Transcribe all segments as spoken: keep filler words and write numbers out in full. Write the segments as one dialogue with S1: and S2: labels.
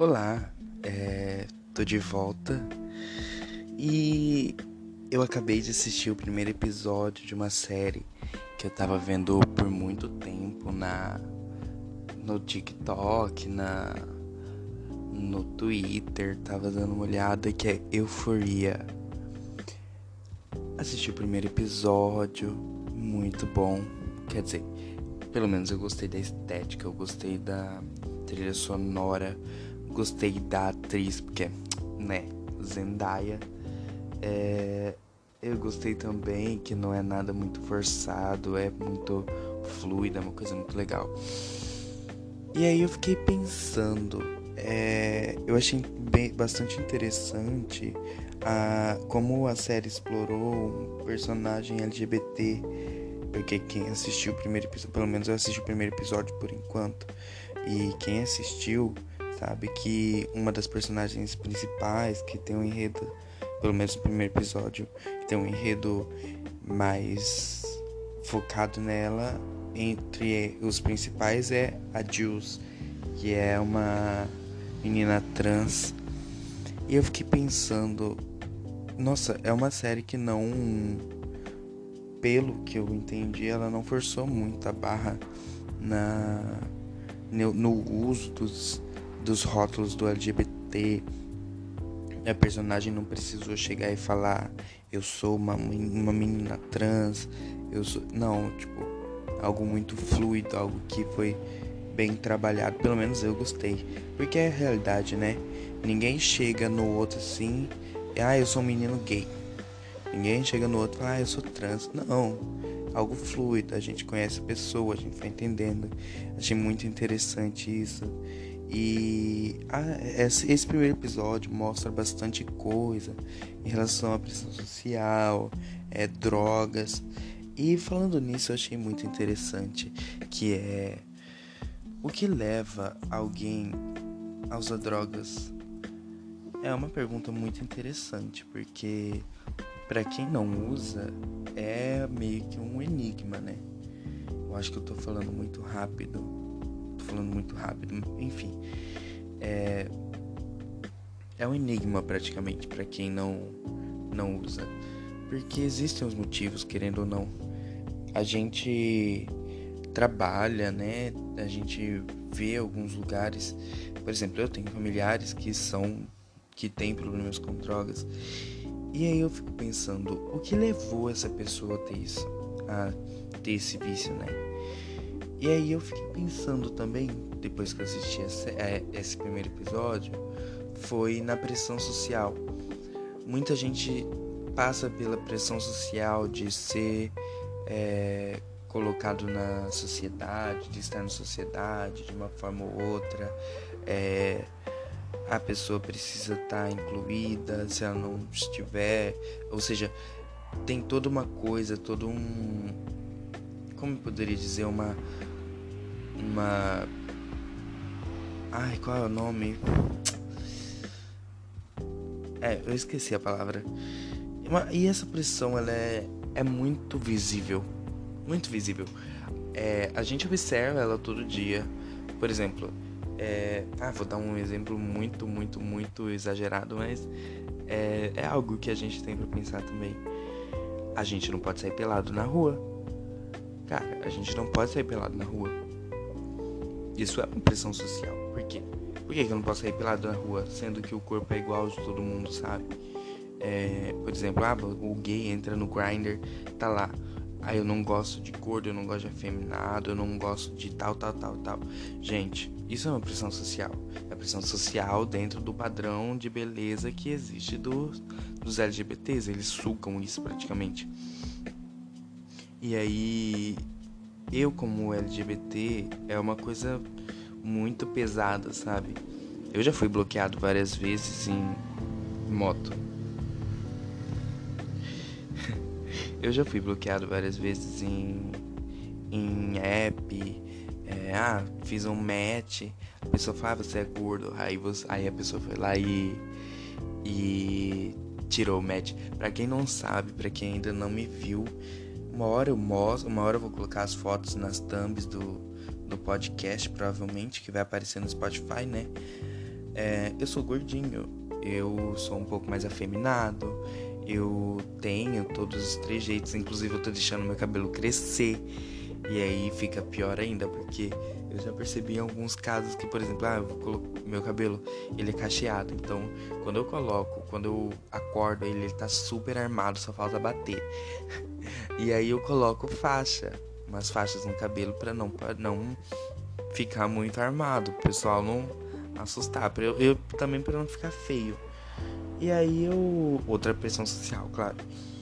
S1: Olá, é, tô de volta e eu acabei de assistir o primeiro episódio de uma série que eu tava vendo por muito tempo na no TikTok, na no Twitter, tava dando uma olhada, que é Euphoria. Assisti o primeiro episódio, muito bom, quer dizer, pelo menos eu gostei da estética, eu gostei da trilha sonora, gostei da atriz, porque, né, Zendaya. É, eu gostei também que não é nada muito forçado, é muito fluido, é uma coisa muito legal. E aí eu fiquei pensando, é, eu achei bem, bastante interessante a, como a série explorou um personagem L G B T, porque quem assistiu o primeiro episódio, pelo menos eu assisti o primeiro episódio por enquanto, e quem assistiu sabe que uma das personagens principais que tem um enredo, pelo menos no primeiro episódio, que tem um enredo mais focado nela, entre os principais é a Jules, que é uma menina trans. E eu fiquei pensando, nossa, é uma série que não, pelo que eu entendi, ela não forçou muito a barra na, no, no uso dos, dos rótulos do L G B T. A personagem não precisou chegar e falar eu sou uma, uma menina trans, eu sou... Não, tipo, algo muito fluido, algo que foi bem trabalhado. Pelo menos eu gostei, porque é a realidade, né? Ninguém chega no outro assim, ah, eu sou um menino gay. Ninguém chega no outro e fala, ah, eu sou trans. Não, algo fluido, a gente conhece a pessoa, a gente vai entendendo. Achei muito interessante isso. E ah, esse, esse primeiro episódio mostra bastante coisa em relação à pressão social, é, drogas. E falando nisso, eu achei muito interessante, que é o que leva alguém a usar drogas. É uma pergunta muito interessante, porque para quem não usa, é meio que um enigma, né? Eu acho que eu tô falando muito rápido. Tô falando muito rápido, enfim. É, é um enigma praticamente para quem não, não usa. Porque existem os motivos, querendo ou não. A gente trabalha, né? A gente vê alguns lugares. Por exemplo, eu tenho familiares que são que têm problemas com drogas. E aí eu fico pensando, o que levou essa pessoa a ter isso? A ter esse vício, né? E aí eu fiquei pensando também, depois que eu assisti esse, esse primeiro episódio, foi na pressão social. Muita gente passa pela pressão social de ser é, colocado na sociedade, de estar na sociedade de uma forma ou outra. É, a pessoa precisa estar incluída, se ela não estiver, ou seja, tem toda uma coisa, todo um, como eu poderia dizer, uma, uma, ai, qual é o nome? É, eu esqueci a palavra. E essa pressão, ela é, é muito visível, muito visível. É, a gente observa ela todo dia. Por exemplo, é, ah, vou dar um exemplo muito, muito, muito exagerado, mas é, é algo que a gente tem pra pensar também. A gente não pode sair pelado na rua. Cara, a gente não pode sair pelado na rua. Isso é uma pressão social. Por quê? Por que eu não posso sair pelado na rua, sendo que o corpo é igual de todo mundo, sabe? É, por exemplo, ah, o gay entra no Grindr, tá lá. Ah, eu não gosto de gordo, eu não gosto de afeminado, eu não gosto de tal, tal, tal, tal. Gente, isso é uma pressão social. É pressão social dentro do padrão de beleza que existe do, dos L G B Ts. Eles sugam isso praticamente. E aí, eu como L G B T, é uma coisa muito pesada, sabe? Eu já fui bloqueado várias vezes em moto. Eu já fui bloqueado várias vezes em, em app. É, ah, fiz um match. A pessoa fala, ah, você é gordo. Aí, você, aí a pessoa foi lá e, e tirou o match. Pra quem não sabe, pra quem ainda não me viu, uma hora eu mostro, uma hora eu vou colocar as fotos nas thumbs do, do podcast, provavelmente, que vai aparecer no Spotify, né? É, eu sou gordinho, eu sou um pouco mais afeminado, eu tenho todos os trejeitos, inclusive eu tô deixando meu cabelo crescer. E aí fica pior ainda, porque eu já percebi em alguns casos que, por exemplo, ah, eu vou colocar meu cabelo, ele é cacheado. Então, quando eu coloco, quando eu acordo, ele, ele tá super armado, só falta bater. E aí eu coloco faixa, umas faixas no cabelo pra não, pra não ficar muito armado, o pessoal não assustar. Pra eu, eu também pra não ficar feio. E aí eu... Outra pressão social, claro.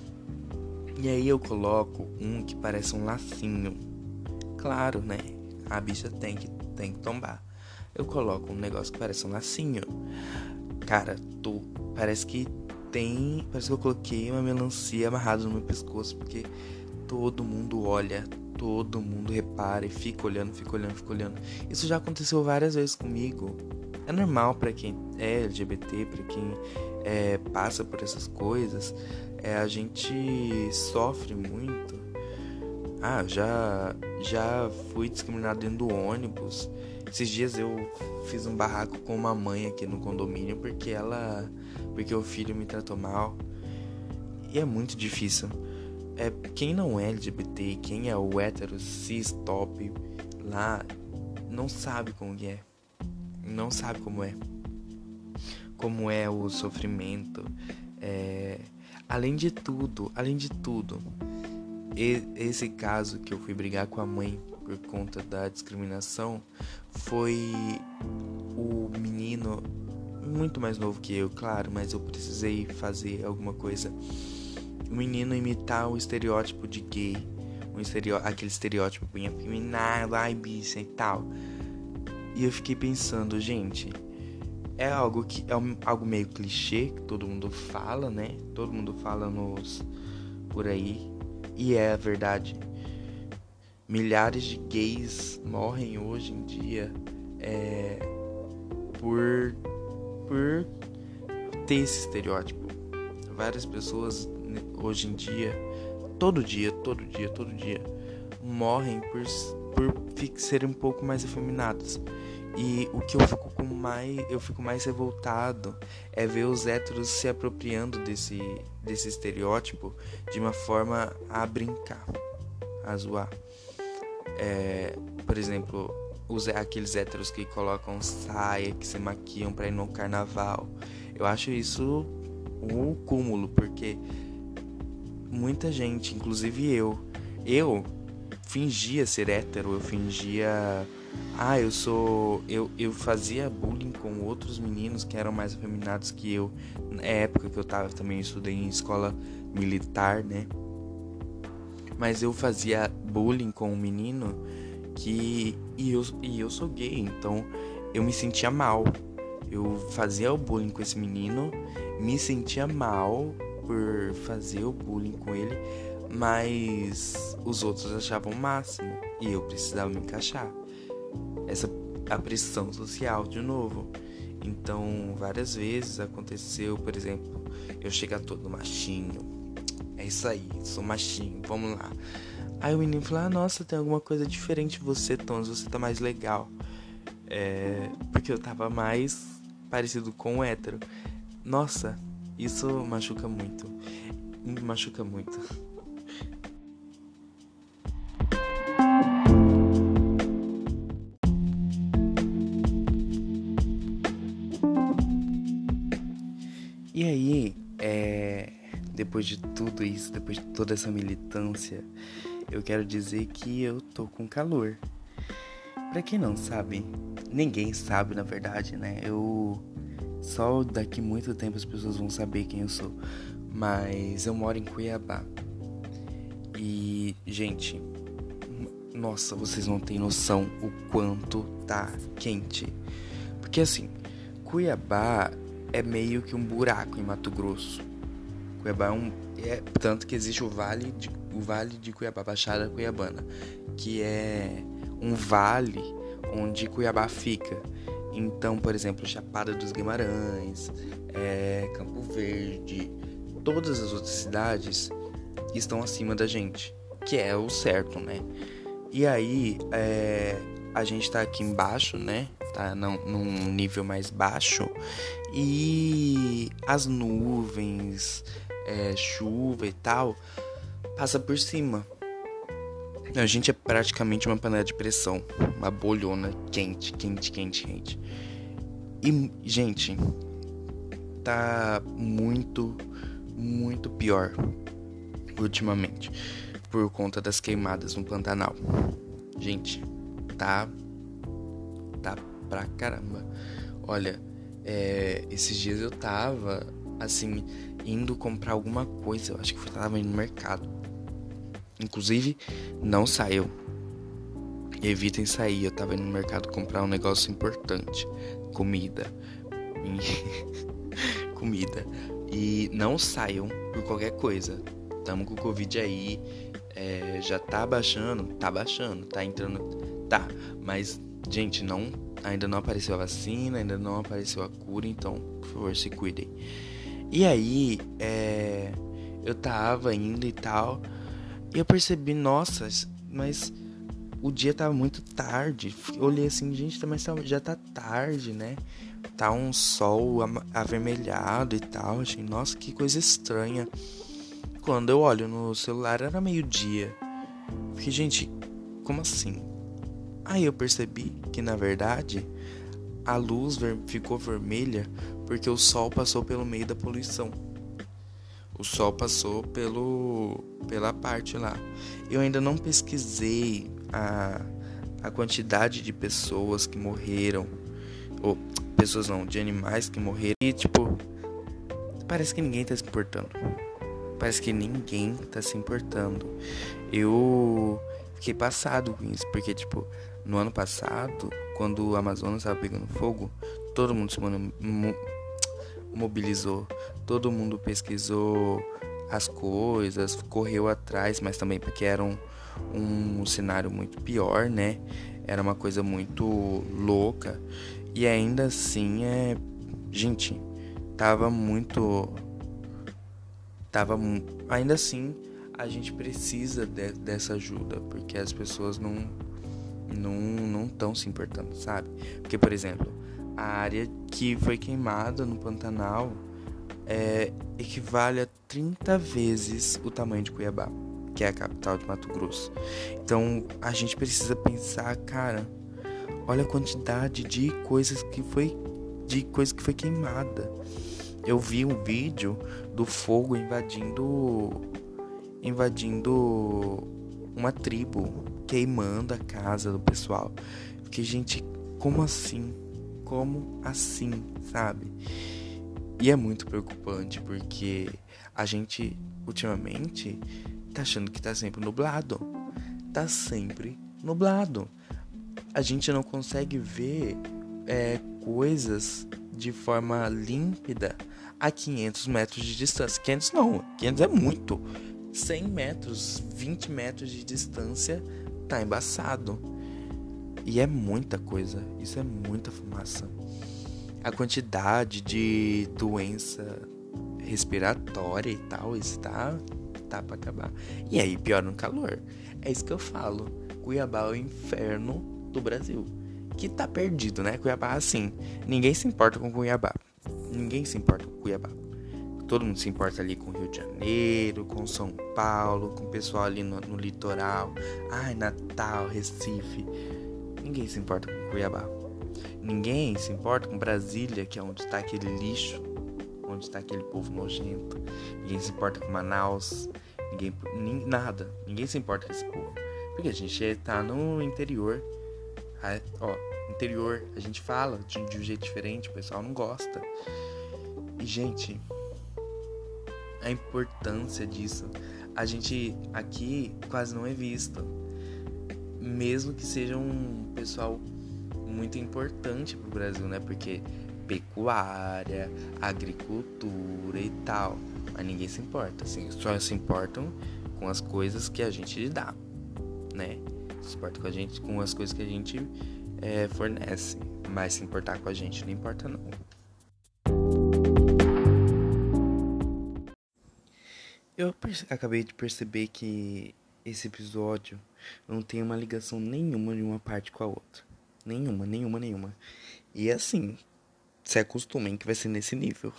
S1: E aí eu coloco um que parece um lacinho. Claro, né? A bicha tem que, tem que tombar. Eu coloco um negócio que parece um lacinho. Cara, tu, parece que tem... Parece que eu coloquei uma melancia amarrada no meu pescoço. Porque todo mundo olha, todo mundo repara e fica olhando, fica olhando, fica olhando. Isso já aconteceu várias vezes comigo. É normal pra quem é L G B T, pra quem é, passa por essas coisas. É, a gente sofre muito. Ah, já, já fui discriminado dentro do ônibus. Esses dias eu fiz um barraco com uma mãe aqui no condomínio porque ela, porque o filho me tratou mal. E é muito difícil. É, quem não é L G B T, quem é o hétero cis top lá, não sabe como é. Não sabe como é. Como é o sofrimento. É... Além de tudo, além de tudo, esse caso que eu fui brigar com a mãe por conta da discriminação foi o menino muito mais novo que eu, claro, mas eu precisei fazer alguma coisa. O menino imitar o estereótipo de gay, um estereó- aquele estereótipo bem afeminado, ai bicha e tal. E eu fiquei pensando, gente, é algo que é um, algo meio clichê que todo mundo fala, né? Todo mundo fala nos por aí. E é a verdade. Milhares de gays morrem hoje em dia é, por, por ter esse estereótipo. Várias pessoas hoje em dia, todo dia, todo dia, todo dia, morrem por, por serem um pouco mais afeminadas. E o que eu fico com mais, eu fico mais revoltado é ver os héteros se apropriando desse, desse estereótipo de uma forma a brincar, a zoar. É, por exemplo, os, aqueles héteros que colocam saia, que se maquiam pra ir no carnaval. Eu acho isso um cúmulo, porque muita gente, inclusive eu, eu fingia ser hétero, eu fingia... Ah, eu sou... Eu, eu fazia bullying com outros meninos que eram mais afeminados que eu. Na época que eu tava também, eu estudei em escola militar, né? Mas eu fazia bullying com um menino que... E eu, e eu sou gay, então eu me sentia mal. Eu fazia o bullying com esse menino, me sentia mal por fazer o bullying com ele, mas os outros achavam o máximo e eu precisava me encaixar. Essa a pressão social de novo. Então várias vezes aconteceu, por exemplo, eu chegar todo machinho, é isso aí, sou machinho, vamos lá. Aí o menino fala, ah, nossa, tem alguma coisa diferente de você, Tons, você tá mais legal. É, porque eu tava mais parecido com o hétero. Nossa, isso machuca muito, me machuca muito. E aí, é, depois de tudo isso, depois de toda essa militância, eu quero dizer que eu tô com calor. Pra quem não sabe, ninguém sabe na verdade, né? Eu só daqui muito tempo as pessoas vão saber quem eu sou. Mas eu moro em Cuiabá. E, gente, nossa, vocês não têm noção o quanto tá quente. Porque assim, Cuiabá é meio que um buraco em Mato Grosso. Cuiabá é um... É, tanto que existe o Vale de, o vale de Cuiabá, Baixada Cuiabana, que é um vale onde Cuiabá fica. Então, por exemplo, Chapada dos Guimarães, é, Campo Verde, todas as outras cidades estão acima da gente, que é o certo, né? E aí, é, a gente tá aqui embaixo, né? tá não, num nível mais baixo e as nuvens, é, chuva e tal, passa por cima. A gente é praticamente uma panela de pressão, uma bolhona quente, quente, quente, quente. E, gente, tá muito, muito pior ultimamente por conta das queimadas no Pantanal. Gente, tá, tá pra caramba. Olha, é, esses dias eu tava, assim, indo comprar alguma coisa. Eu acho que eu tava indo no mercado. Inclusive, não saiam. Evitem sair. Eu tava indo no mercado comprar um negócio importante. Comida. Comida. E não saiam por qualquer coisa. Tamo com o Covid aí. É, já tá baixando. Tá baixando. Tá entrando. Tá. Mas, gente, não, ainda não apareceu a vacina. Ainda não apareceu a cura. Então, por favor, se cuidem. E aí, é, eu tava indo e tal. E eu percebi, nossa, mas o dia tava muito tarde. Eu olhei assim, gente, mas já tá tarde, né? Tá um sol avermelhado e tal. Achei, nossa, que coisa estranha. Quando eu olho no celular, era meio-dia. Fiquei, gente, como assim? Aí eu percebi que, na verdade, a luz ver- ficou vermelha porque o sol passou pelo meio da poluição. O sol passou pelo, pela parte lá. Eu ainda não pesquisei a, a quantidade de pessoas que morreram. Ou, pessoas não, de animais que morreram. E, tipo, parece que ninguém tá se importando. Parece que ninguém tá se importando. Eu fiquei passado com isso. Porque, tipo, no ano passado, quando o Amazonas tava pegando fogo, todo mundo se mobilizou, todo mundo pesquisou as coisas, correu atrás, mas também porque era um, um cenário muito pior, né? Era uma coisa muito louca. E ainda assim, é... gente, tava muito... Tava... Ainda assim, a gente precisa de, dessa ajuda, porque as pessoas não... Não não estão se importando, sabe? Porque, por exemplo, a área que foi queimada no Pantanal é, equivale a trinta vezes o tamanho de Cuiabá, que é a capital de Mato Grosso. Então a gente precisa pensar, cara, olha a quantidade de coisas que foi de coisa que foi queimada. Eu vi um vídeo do fogo invadindo invadindo uma tribo, queimando a casa do pessoal. Porque, gente, como assim? Como assim, sabe? E é muito preocupante porque a gente, ultimamente, tá achando que tá sempre nublado. Tá sempre nublado. A gente não consegue ver é, coisas de forma límpida a quinhentos metros de distância. quinhentos não, quinhentos é muito. cem metros, vinte metros de distância, tá embaçado. E é muita coisa, isso é muita fumaça. A quantidade de doença respiratória e tal, isso tá, tá pra acabar. E aí, pior no calor. É isso que eu falo. Cuiabá é o inferno do Brasil. Que tá perdido, né? Cuiabá, assim, ninguém se importa com Cuiabá. Ninguém se importa com Cuiabá. Todo mundo se importa ali com o Rio de Janeiro, com São Paulo, com o pessoal ali no, no litoral. Ai, Natal, Recife. Ninguém se importa com Cuiabá. Ninguém se importa com Brasília, que é onde está aquele lixo, onde está aquele povo nojento. Ninguém se importa com Manaus. Ninguém, nin, nada. Ninguém se importa com esse povo. Porque a gente tá no interior. A, ó, interior, a gente fala de, de um jeito diferente, o pessoal não gosta. E, gente, a importância disso, a gente aqui quase não é visto, mesmo que seja um pessoal muito importante pro Brasil, né? Porque pecuária, agricultura e tal, mas ninguém se importa, assim, só se importam com as coisas que a gente dá, né? Se importa com a gente, com as coisas que a gente é, fornece, mas se importar com a gente não importa não. Eu perce- acabei de perceber que esse episódio não tem uma ligação nenhuma de uma parte com a outra. Nenhuma, nenhuma, nenhuma. E assim, se acostumem que vai ser nesse nível.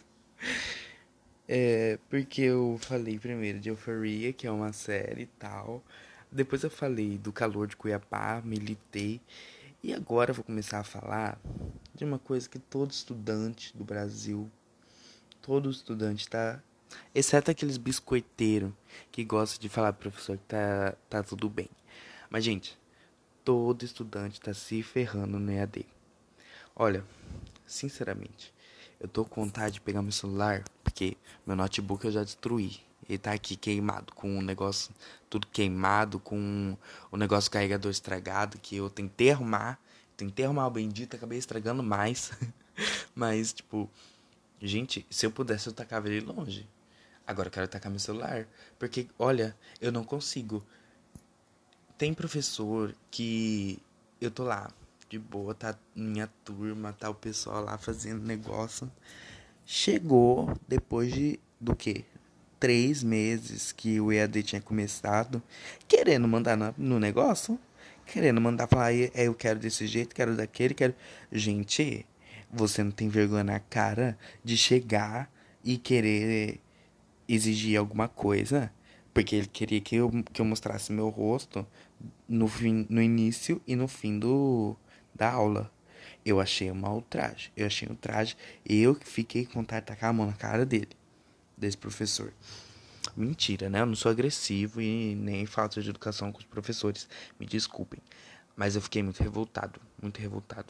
S1: É, porque eu falei primeiro de Euphoria, que é uma série e tal. Depois eu falei do Calor de Cuiabá, militei. E agora eu vou começar a falar de uma coisa que todo estudante do Brasil, todo estudante tá, exceto aqueles biscoiteiros que gostam de falar pro professor que tá, tá tudo bem. Mas, gente, todo estudante tá se ferrando no E A D. Olha, sinceramente, eu tô com vontade de pegar meu celular, porque meu notebook eu já destruí. Ele tá aqui queimado, com o negócio tudo queimado, com o negócio carregador estragado, que eu tentei arrumar, tentei arrumar o bendito, acabei estragando mais. Mas, tipo, gente, se eu pudesse eu tacava ele longe. Agora eu quero tacar meu celular, porque, olha, eu não consigo. Tem professor que eu tô lá, de boa, tá minha turma, tá o pessoal lá fazendo negócio. Chegou depois de, do quê? Três meses que o E A D tinha começado, querendo mandar na- no negócio, querendo mandar falar, é, eu quero desse jeito, quero daquele, quero. Gente, você não tem vergonha na cara de chegar e querer exigir alguma coisa? Porque ele queria que eu, que eu mostrasse meu rosto no, fim, no início e no fim do, da aula. Eu achei uma ultraje. Eu achei um traje. Eu fiquei com vontade de tacar a mão na cara dele, desse professor. Mentira, né? Eu não sou agressivo e nem falta de educação com os professores. Me desculpem. Mas eu fiquei muito revoltado. Muito revoltado.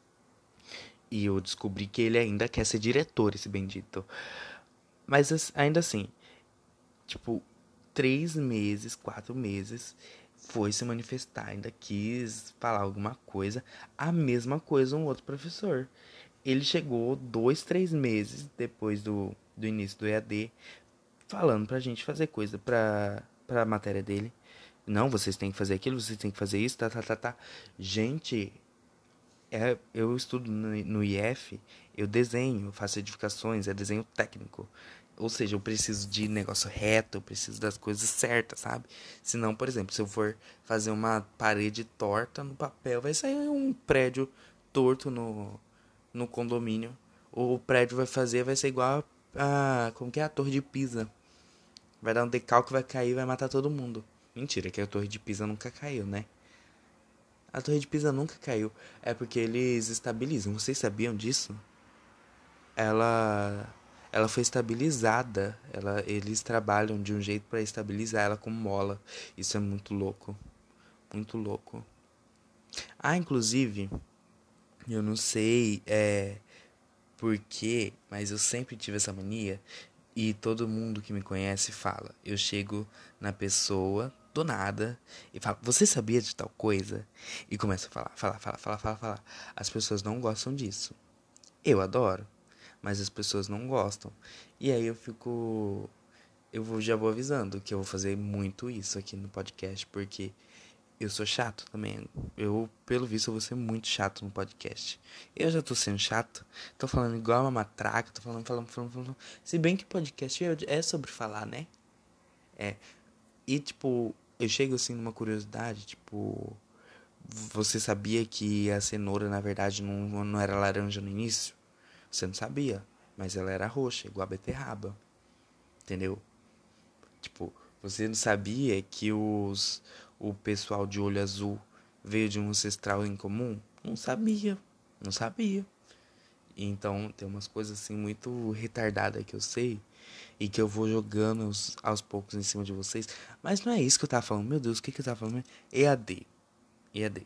S1: E eu descobri que ele ainda quer ser diretor, esse bendito. Mas ainda assim, tipo, três meses, quatro meses, foi se manifestar, ainda quis falar alguma coisa. A mesma coisa um outro professor. Ele chegou dois, três meses depois do, do início do E A D, falando pra gente fazer coisa pra, pra matéria dele. Não, vocês têm que fazer aquilo, vocês têm que fazer isso, tá, tá, tá, tá. Gente, é, eu estudo no, no I F, eu desenho, faço edificações, é desenho técnico. Ou seja, eu preciso de negócio reto, eu preciso das coisas certas, sabe? Senão, por exemplo, se eu for fazer uma parede torta no papel, vai sair um prédio torto no, no condomínio. O prédio vai fazer, vai ser igual a, como que é? A Torre de Pisa. Vai dar um decalque, vai cair, vai matar todo mundo. Mentira, que a Torre de Pisa nunca caiu, né? A Torre de Pisa nunca caiu. É porque eles estabilizam. Vocês sabiam disso? Ela ela foi estabilizada. Ela, eles trabalham de um jeito para estabilizar ela com mola. Isso é muito louco. Muito louco. Ah, inclusive, eu não sei é, por quê, mas eu sempre tive essa mania. E todo mundo que me conhece fala. Eu chego na pessoa do nada e falo, você sabia de tal coisa? E começo a falar, falar, falar, falar, falar, falar. As pessoas não gostam disso. Eu adoro, mas as pessoas não gostam. E aí eu fico. Eu vou, já vou avisando que eu vou fazer muito isso aqui no podcast, porque eu sou chato também. Eu, pelo visto, eu vou ser muito chato no podcast. Eu já tô sendo chato. Tô falando igual uma matraca. Tô falando, falando, falando, falando. Se bem que podcast é é sobre falar, né? É. E, tipo, eu chego assim numa curiosidade. Tipo, você sabia que a cenoura, na verdade, não, não era laranja no início? Você não sabia. Mas ela era roxa, igual a beterraba. Entendeu? Tipo, você não sabia que os, o pessoal de olho azul veio de um ancestral em comum? Não sabia, não sabia. Então tem umas coisas assim muito retardadas que eu sei e que eu vou jogando aos, aos poucos em cima de vocês. Mas não é isso que eu tava falando. Meu Deus, o que, que eu tava falando? E A D. E A D.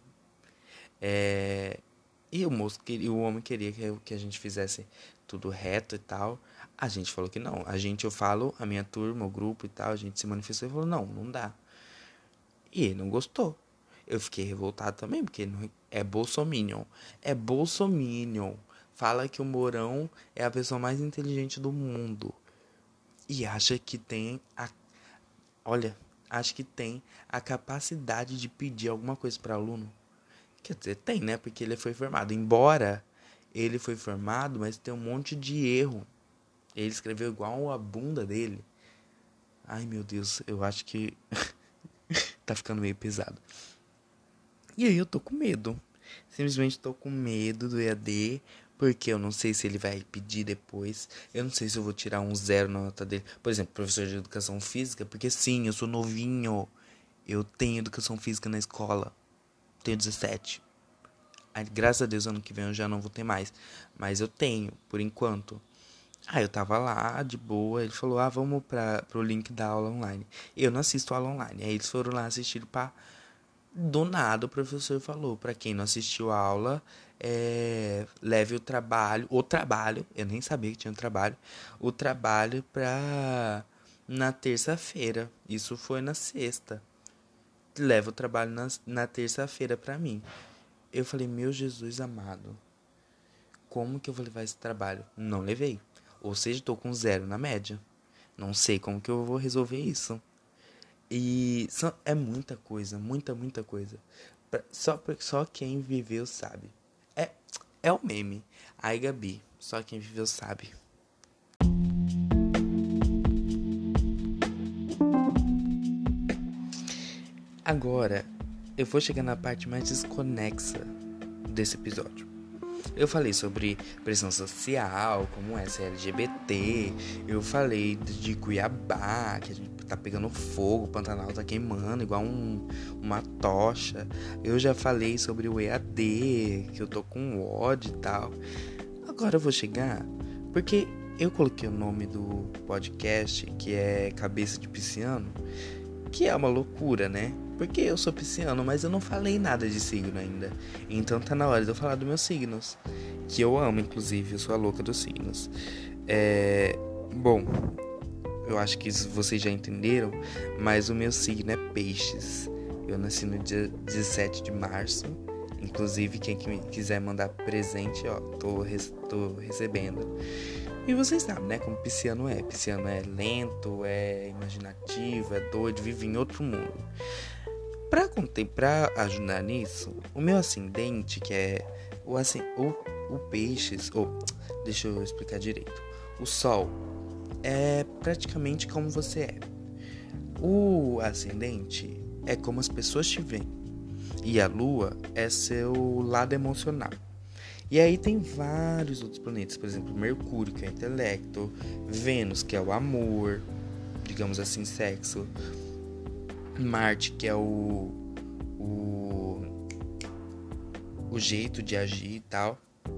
S1: É... E o moço queria, o homem queria que, que a gente fizesse tudo reto e tal. A gente falou que não. A gente, eu falo, a minha turma, o grupo e tal, a gente se manifestou e falou, não, não dá. E ele não gostou. Eu fiquei revoltado também, porque não, é bolsominion. É bolsominion. Fala que o Mourão é a pessoa mais inteligente do mundo. E acha que tem a... Olha, acha que tem a capacidade de pedir alguma coisa para aluno. Quer dizer, tem, né? Porque ele foi formado. Embora ele foi formado, mas tem um monte de erro. Ele escreveu igual a bunda dele. Ai, meu Deus, eu acho que tá ficando meio pesado. E aí eu tô com medo. Simplesmente tô com medo do E A D, porque eu não sei se ele vai pedir depois. Eu não sei se eu vou tirar um zero na nota dele. Por exemplo, professor de educação física, porque sim, eu sou novinho. Eu tenho educação física na escola. Tenho dezessete. Aí, graças a Deus, ano que vem eu já não vou ter mais. Mas eu tenho, por enquanto. Aí eu tava lá, de boa. Ele falou, ah, vamos pra, pro link da aula online. Eu não assisto aula online. Aí eles foram lá assistir pra... Do nada o professor falou, pra quem não assistiu a aula, é, leve o trabalho, o trabalho, eu nem sabia que tinha um trabalho, o trabalho pra na terça-feira. Isso foi na sexta. Leva o trabalho na, na terça-feira pra mim. Eu falei, meu Jesus amado, como que eu vou levar esse trabalho? Não levei. Ou seja, tô com zero na média. Não sei como que eu vou resolver isso. E só, é muita coisa, muita, muita coisa. Pra, só, só quem viveu sabe. É, é o meme. Ai, Gabi, só quem viveu sabe. Agora, eu vou chegar na parte mais desconexa desse episódio. Eu falei sobre pressão social, como é ser L G B T. Eu falei de Cuiabá, que a gente tá pegando fogo, o Pantanal tá queimando igual um, uma tocha. Eu já falei sobre o E A D, que eu tô com ódio e tal. Agora eu vou chegar, porque eu coloquei o nome do podcast, que é Cabeça de Pisciano, que é uma loucura, né? Porque eu sou pisciano, mas eu não falei nada de signo ainda. Então tá na hora de eu falar dos meus signos, que eu amo, inclusive, eu sou a louca dos signos. É... Bom, eu acho que vocês já entenderam, mas o meu signo é peixes. Eu nasci no dia dezessete de março. Inclusive, quem quiser mandar presente, ó, tô, res- tô recebendo. E vocês sabem, né, como pisciano é. Pisciano é lento, é imaginativo, é doido, vive em outro mundo. Pra, pra ajudar nisso, o meu ascendente, que é o, assim, o, o peixes, ou, deixa eu explicar direito. O sol é praticamente como você é. O ascendente é como as pessoas te veem. E a lua é seu lado emocional. E aí tem vários outros planetas, por exemplo, Mercúrio, que é o intelecto, Vênus, que é o amor, digamos assim, sexo, Marte, que é o, o, o jeito de agir e tal.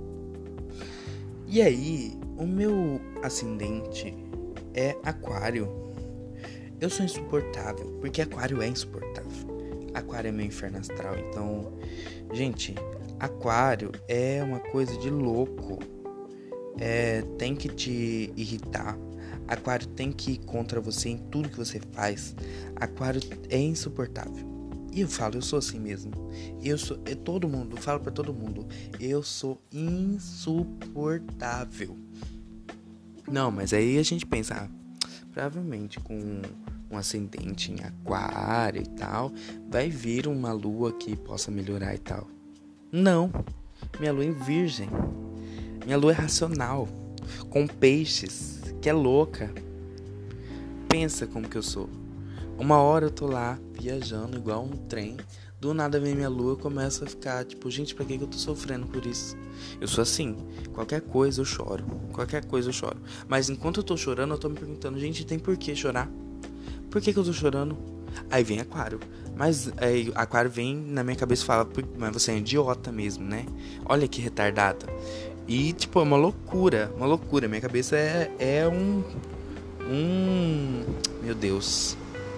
S1: E aí, o meu ascendente é Aquário. Eu sou insuportável, porque Aquário é insuportável. Aquário é meu inferno astral, então, gente, Aquário é uma coisa de louco. É, tem que te irritar. Aquário tem que ir contra você em tudo que você faz. Aquário é insuportável. E eu falo, eu sou assim mesmo. Eu sou, é todo mundo, eu falo pra todo mundo, eu sou insuportável. Não, mas aí a gente pensa, ah, provavelmente com um ascendente em Aquário e tal, vai vir uma lua que possa melhorar e tal. Não, minha lua é em Virgem. Minha lua é racional, com peixes, que é louca. Pensa como que eu sou. Uma hora eu tô lá, viajando igual um trem. Do nada vem minha lua e começa a ficar tipo, gente, pra que eu tô sofrendo por isso? Eu sou assim, qualquer coisa eu choro. Qualquer coisa eu choro. Mas enquanto eu tô chorando, eu tô me perguntando, gente, tem por que chorar? Por que que eu tô chorando? Aí vem Aquário. Mas aí, Aquário vem na minha cabeça e fala, mas você é um idiota mesmo, né? Olha que retardada. E, tipo, é uma loucura, uma loucura. Minha cabeça é, é um... Um... Meu Deus.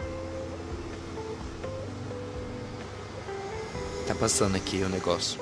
S1: Tá passando aqui o negócio.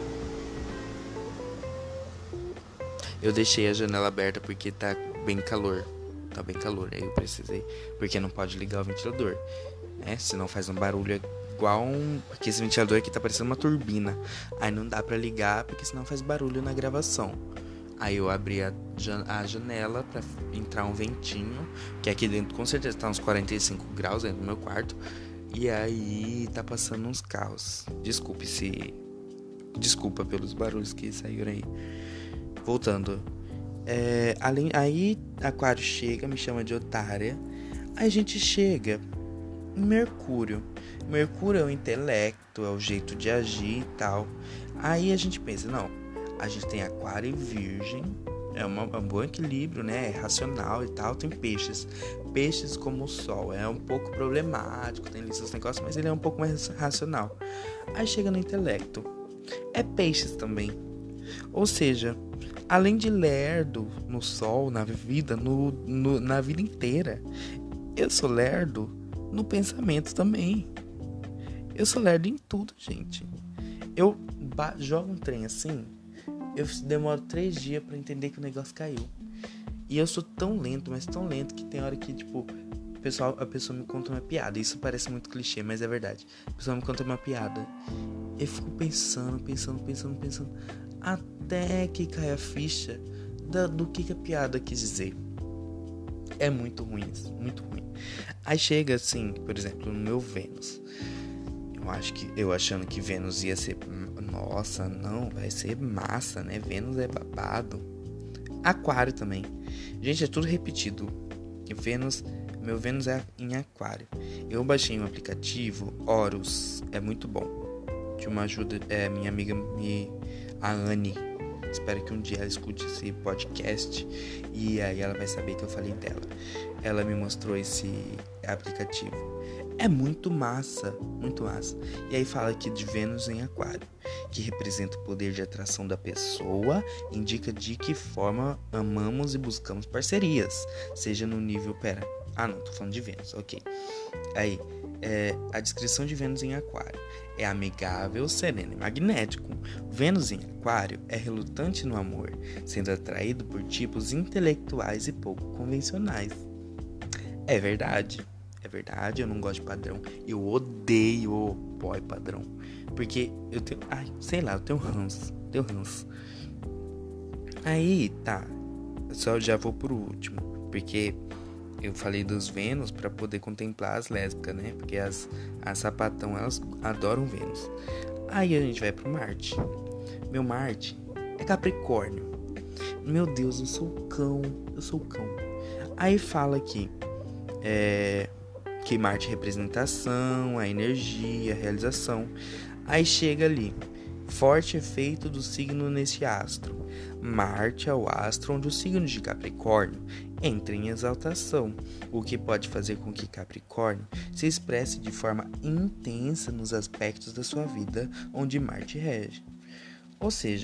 S1: Eu deixei a janela aberta porque tá bem calor. Tá bem calor, aí eu precisei. Porque não pode ligar o ventilador, né? Senão faz um barulho igual um... Porque esse ventilador aqui tá parecendo uma turbina. Aí não dá pra ligar porque senão faz barulho na gravação. Aí eu abri a, jan- a janela pra entrar um ventinho, que aqui dentro com certeza tá uns quarenta e cinco graus dentro do meu quarto. E aí tá passando uns carros. Desculpe se... Desculpa pelos barulhos que saíram aí. Voltando. É, além, aí Aquário chega, me chama de otária. Aí a gente chega em Mercúrio. Mercúrio é o intelecto, é o jeito de agir e tal. Aí a gente pensa, não, a gente tem Aquário e Virgem, é, uma, é um bom equilíbrio, né? É racional e tal. Tem peixes. Peixes como o Sol. É um pouco problemático, tem ali seus negócios, mas ele é um pouco mais racional. Aí chega no intelecto. É peixes também. Ou seja, além de lerdo no Sol, na vida, no, no, na vida inteira, eu sou lerdo no pensamento também. Eu sou lerdo em tudo, gente. Eu ba- jogo um trem assim, eu demoro três dias pra entender que o negócio caiu. E eu sou tão lento, mas tão lento, que tem hora que, tipo, o pessoal, a pessoa me conta uma piada. Isso parece muito clichê, mas é verdade. A pessoa me conta uma piada. Eu fico pensando, pensando, pensando, pensando, até que cai a ficha da, do que, que a piada quis dizer. É muito ruim isso, muito ruim. Aí chega assim, por exemplo, no meu Vênus. Eu acho que, eu achando que Vênus ia ser, nossa, não, vai ser massa, né? Vênus é babado. Aquário também. Gente, é tudo repetido. Vênus, meu Vênus é em Aquário. Eu baixei um aplicativo, Horus, é muito bom. De uma ajuda, é, minha amiga, me, a Anne. Espero que um dia ela escute esse podcast e aí ela vai saber que eu falei dela. Ela me mostrou esse aplicativo. É muito massa, muito massa. E aí fala aqui de Vênus em Aquário, que representa o poder de atração da pessoa, indica de que forma amamos e buscamos parcerias, seja no nível... Pera, ah não, tô falando de Vênus, ok. Aí, é, a descrição de Vênus em Aquário é amigável, sereno e magnético. Vênus em Aquário é relutante no amor, sendo atraído por tipos intelectuais e pouco convencionais. É verdade. É verdade, eu não gosto de padrão. Eu odeio boy padrão. Porque eu tenho... Ai, sei lá, eu tenho ranço. Tenho ranço. Aí, tá. Só já vou pro último. Porque eu falei dos Vênus pra poder contemplar as lésbicas, né? Porque as, as sapatão, elas adoram Vênus. Aí a gente vai pro Marte. Meu Marte é Capricórnio. Meu Deus, eu sou o cão. Eu sou o cão. Aí fala aqui. É... que Marte é representação, a energia, a realização. Aí chega ali, forte efeito do signo nesse astro. Marte é o astro onde o signo de Capricórnio entra em exaltação, o que pode fazer com que Capricórnio se expresse de forma intensa nos aspectos da sua vida onde Marte rege. Ou seja,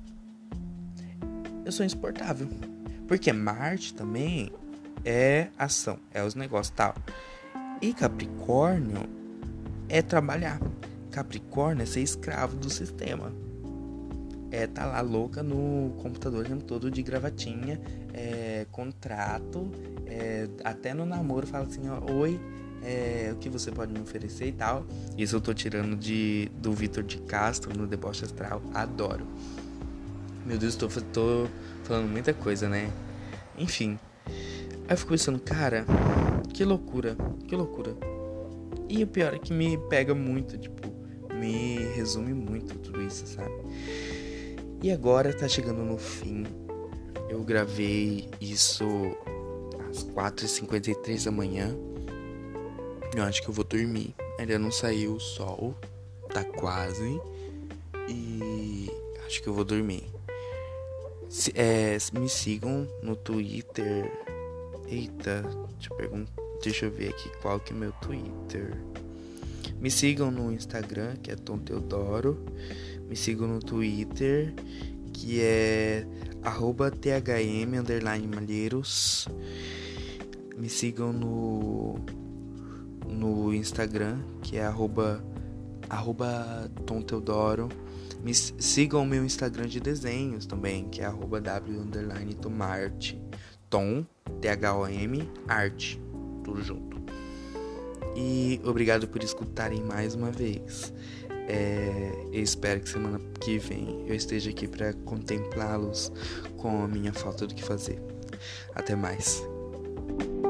S1: eu sou insuportável, porque Marte também é ação, é os negócios tal. E Capricórnio é trabalhar. Capricórnio é ser escravo do sistema. É tá lá louca no computador o tempo todo de gravatinha, é, contrato, é, até no namoro fala assim, ó, oi, é, o que você pode me oferecer e tal. Isso eu tô tirando de, do Vitor de Castro no Deboche Astral. Adoro. Meu Deus, tô, tô falando muita coisa, né? Enfim. Aí eu fico pensando, cara, que loucura, que loucura. E o pior é que me pega muito, tipo, me resume muito tudo isso, sabe? E agora tá chegando no fim. Eu gravei isso às quatro e cinquenta e três da manhã. Eu acho que eu vou dormir. Ainda não saiu o sol, tá quase. E acho que eu vou dormir. Se, é, me sigam no Twitter. Eita, deixa eu perguntar, deixa eu ver aqui qual que é meu Twitter. Me sigam no Instagram, que é Tom Teodoro. Me sigam no Twitter, que é arroba thm underline malheiros. Me sigam no no Instagram, que é arroba, arroba Tom Teodoro. Me sigam o meu Instagram de desenhos também, que é arroba w underline tomarte. Tom, T H O M, arte, tudo junto. E obrigado por escutarem mais uma vez. É, eu espero que semana que vem eu esteja aqui para contemplá-los com a minha falta do que fazer. Até mais.